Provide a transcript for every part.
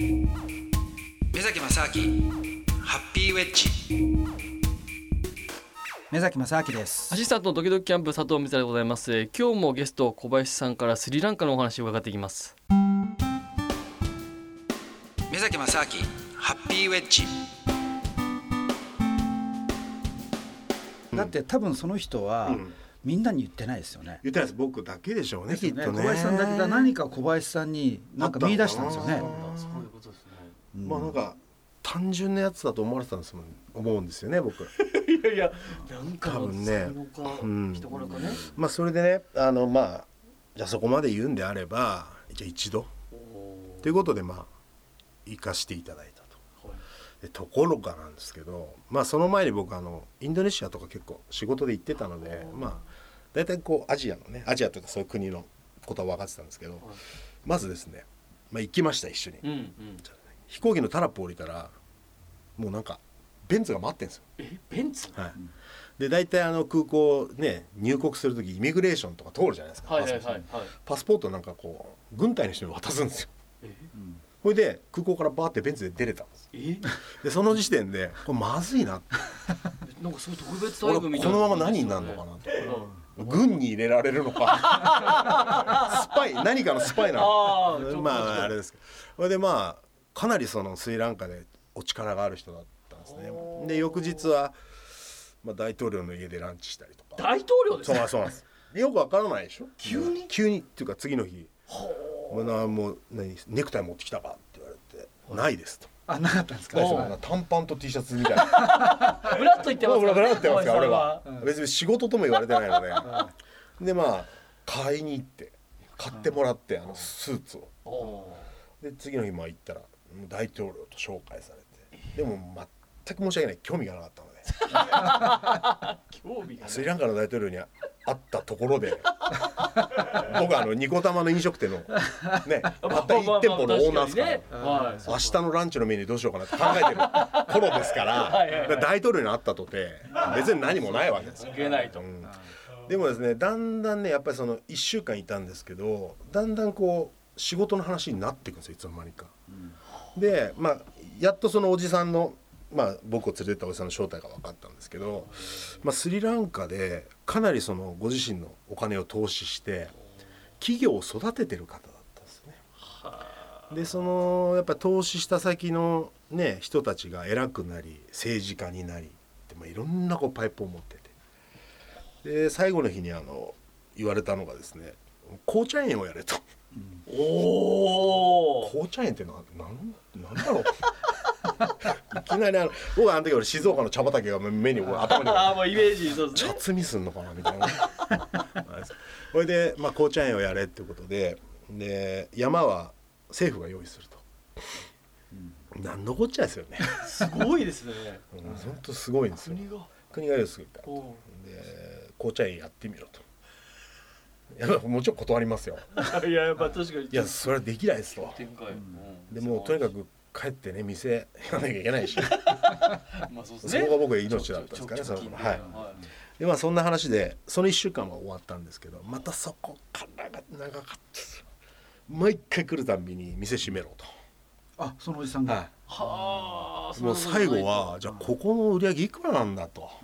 目崎正明ハッピーウェッジ。目崎正明です。 アシスタントのドキドキキャンプ佐藤光でございます。今日もゲスト小林さんからスリランカのお話を伺っていきます。 目崎正明ハッピーウェッジ。だって多分その人は、みんなに言ってないですよね。 言ってないです。僕だけでしょうね。きっとね。 小林さんだけが何か小林さんに何か見出したんですよね。 そういうことですね。 まあなんか単純なやつだと思われてたんですもん、思うんですよね僕。 いやなんか多分ね、 人柄かね。 まあそれでね、まあじゃあそこまで言うんであればじゃあ一度ということでまあ行かしていただいたと。でところがなんですけど、まあその前に僕インドネシアとか結構仕事で行ってたので、まあ大体こうアジアのね、アジアとかそういう国のことは分かってたんですけど、まずですね、まあ行きました一緒に。飛行機のタラップ降りたらもうなんかベンツが待ってんですよ。 ベンツ？ はい。で大体空港ね入国する時イミグレーションとか通るじゃないですか。パスポートなんかこう軍隊の人に渡すんですよ。それで空港からバーってベンツで出れたんです。でその時点でこれまずいなってなんかすごい特別待遇みたいな、 このまま何になるのかなと、軍に入れられるのかスパイ、何かのスパイなのまああれですけど、それでまあかなりそのスリランカでお力がある人だったんですね。で翌日は、まあ、大統領の家でランチしたりとか。 大統領ですか？ そうなんです。よくわからないでしょ。急にっていうか次の日もうネクタイ持ってきたかって言われて、ないですと。 なかったんですか？ 短パンと T シャツみたいなブラッと言ってますからね。 ブラッと言ってますから俺は、別に仕事とも言われてないのででまあ買いに行って買ってもらってスーツを。で次の日行ったら大統領と紹介されて、でも全く申し訳ない、興味がなかったので興味がない。 スリランカの大統領に会ったところで僕ニコタマの飲食店のねたった1店舗のオーナーですから、明日のランチのメニューどうしようかなって考えてる頃ですから大統領に会ったとて別に何もないわけですよ。でもですね、だんだんねやっぱりその1週間いたんですけど、だんだんこう仕事の話になっていくんですよ、いつの間にか。でまあやっとそのおじさんの僕を連れてったおじさんの正体が分かったんですけど、スリランカでかなりそのご自身のお金を投資して企業を育ててる方だったんですね。でそのやっぱ投資した先のね人たちが偉くなり政治家になりで、いろんなこうパイプを持ってて、で最後の日に言われたのがですね、紅茶園をやれと。紅茶園ってなんだろういきなり僕はあの時静岡の茶畑が目に頭にもうイメージそうですね。 茶摘みすんのかなみたいなそれで紅茶園をやれっていうことで、山は政府が用意すると。何のこっちゃですよね。 すごいですね。 本当すごいんですよ。国が用意するからで紅茶園やってみろと。もちろん断りますよ。 いや確かに。 いやそれはできないですと。でもとにかく帰ってね店やらなきゃいけないしそこが僕は命だったんですかね。でそんな話でその1週間は終わったんですけど、またそこからが長かったです。毎回来るたんびに店閉めろと。 そのおじさんが。 もう最後はじゃあここの売り上げいくらなんだと。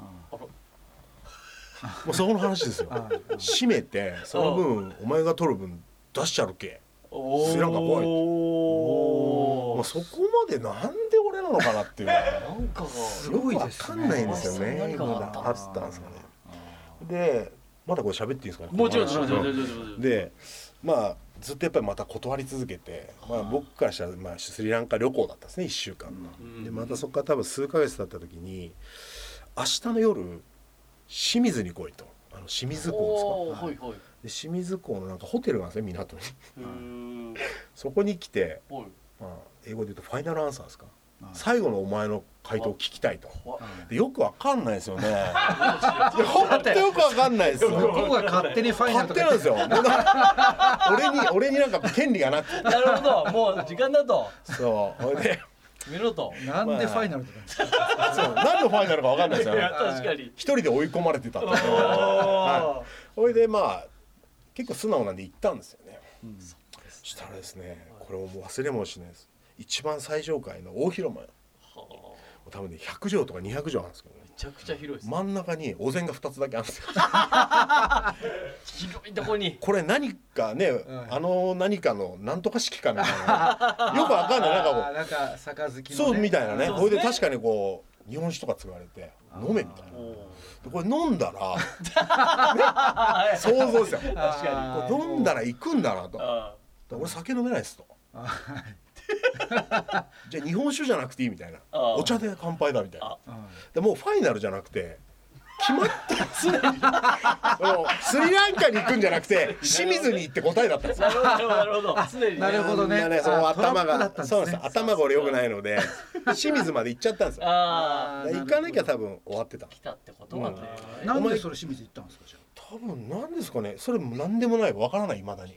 もうそこの話ですよ。閉めてその分お前が取る分出しちゃるけ。スリランカ怖い。そこまでなんで俺なのかなっていうなんかすごいですね。 分かんないんですよね。あったんですかね。でまだこれ喋っていいんですかね。 もちろん。 でずっとやっぱりまた断り続けて、僕からしたらスリランカ旅行だったんですね、1週間の。でまたそこから多分数ヶ月経った時に明日の夜清水に来いと。清水港ですか。で清水港のなんかホテルがあるんですね、港に。そこに来て、英語で言うとファイナルアンサーですか。最後のお前の回答を聞きたいと。でよくわかんないですよね。本当よくわかんないですよ。 僕が勝手にファイナルとか勝手なんですよ。俺になんか権利がなくて。 なるほど、もう時間だと。 そう。それで見ろと。 なんでファイナルとか。 そう。何のファイナルかわかんないですよ。 確かに。 一人で追い込まれてたって。それで結構素直なんで行ったんですよね。したらですね、これをもう忘れもしないです。 一番最上階の大広間、多分ね100畳とか200畳あるんですけどね、 めちゃくちゃ広いです。 真ん中にお膳が2つだけあるんですよ広いとこにこれ何かね、何かのなんとか式かみたいなよくわかんない、 なんか杯のねそうみたいなね、これでそうですね確かにこう日本酒とか使われて飲めみたいな、でこれ飲んだら、ね、想像ですよ、 確かこれ飲んだら行くんだなと、 に。 俺酒飲めないですとじゃあ日本酒じゃなくていいみたいな、お茶で乾杯だみたいな、でもうファイナルじゃなくて決まった常にスリランカに行くんじゃなくて清水に行って答えだったんですよ。 なるほど常に。 なるほどね。 その頭がトラップだったんですね。 そうなんです、頭が俺良くないので清水まで行っちゃったんですよ。行かなきゃ多分終わってた。 来たってことはね。 なんでそれ清水行ったんですかじゃ多分なんですかね、それも何でもないわからない未だに。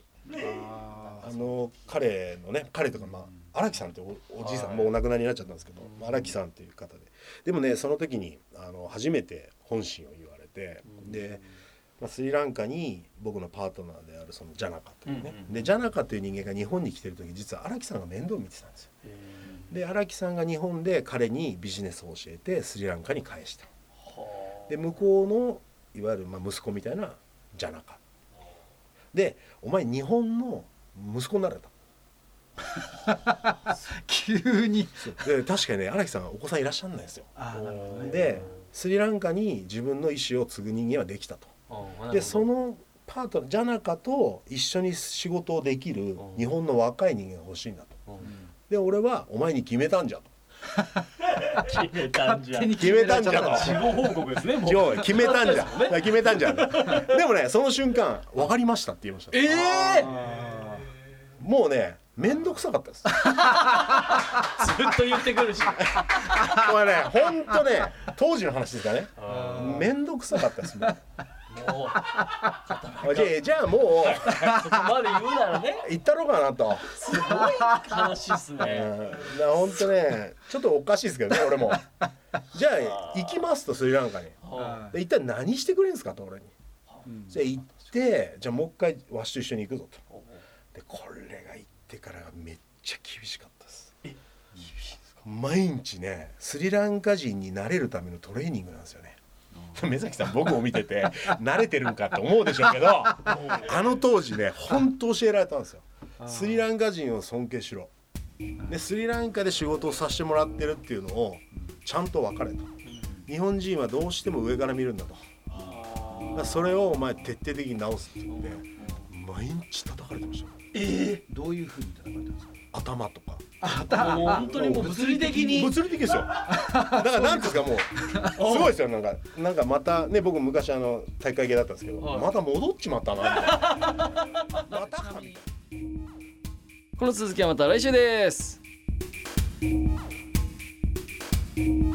彼のね、彼とか荒木さんっておじいさんもうお亡くなりになっちゃったんですけど、荒木さんっていう方でもね、その時に初めて本心を言われて、で、スリランカに僕のパートナーであるそのジャナカというね、でジャナカという人間が日本に来てる時、実は荒木さんが面倒を見てたんですよ。で荒木さんが日本で彼にビジネスを教えてスリランカに返した。で向こうのいわゆる息子みたいなジャナカで、お前日本の息子になれた急に。 で確かにね、荒木さんお子さんいらっしゃらないですよ。でスリランカに自分の意思を継ぐ人間はできたと。でそのパートナージャナカと一緒に仕事をできる日本の若い人間が欲しいんだと。で俺はお前に決めたんじゃと。 決めたんじゃ。 決めたんじゃと。 死後報告ですね。 決めたんじゃ。決めたんじゃ。でもね、その瞬間分かりましたって言いました。もうね、面倒くさかったです。 ずっと言ってくるし。 これね、本当ね、当時の話ですかね。面倒くさかったです。もうじゃあもうそこまで言うならね、 行ったろうかなと。 すごい話っすね。 本当ね、ちょっとおかしいですけどね、俺も。じゃあ行きますと、スリランカに。で一体何してくれるんですかと俺に。じゃあ行って、じゃあもう一回わしと一緒に行くぞと。でこれが行ってからがめっちゃ厳しかったです。毎日ね、スリランカ人になれるためのトレーニングなんですよね。目崎さん僕を見てて慣れてるんかって思うでしょうけど、当時ね本当教えられたんですよ。スリランカ人を尊敬しろ、でスリランカで仕事をさせてもらってるっていうのをちゃんと分かれと。日本人はどうしても上から見るんだと。だからそれをお前徹底的に直すって言って毎日叩かれてました。 どういう風に叩かれたんですか。 頭とか。 本当にもう物理的に。 物理的ですよ。だからなんですか、もうすごいですよ。なんかまたね、僕昔大会系だったんですけど、また戻っちまったなみたいな。またか。 この続きはまた来週です。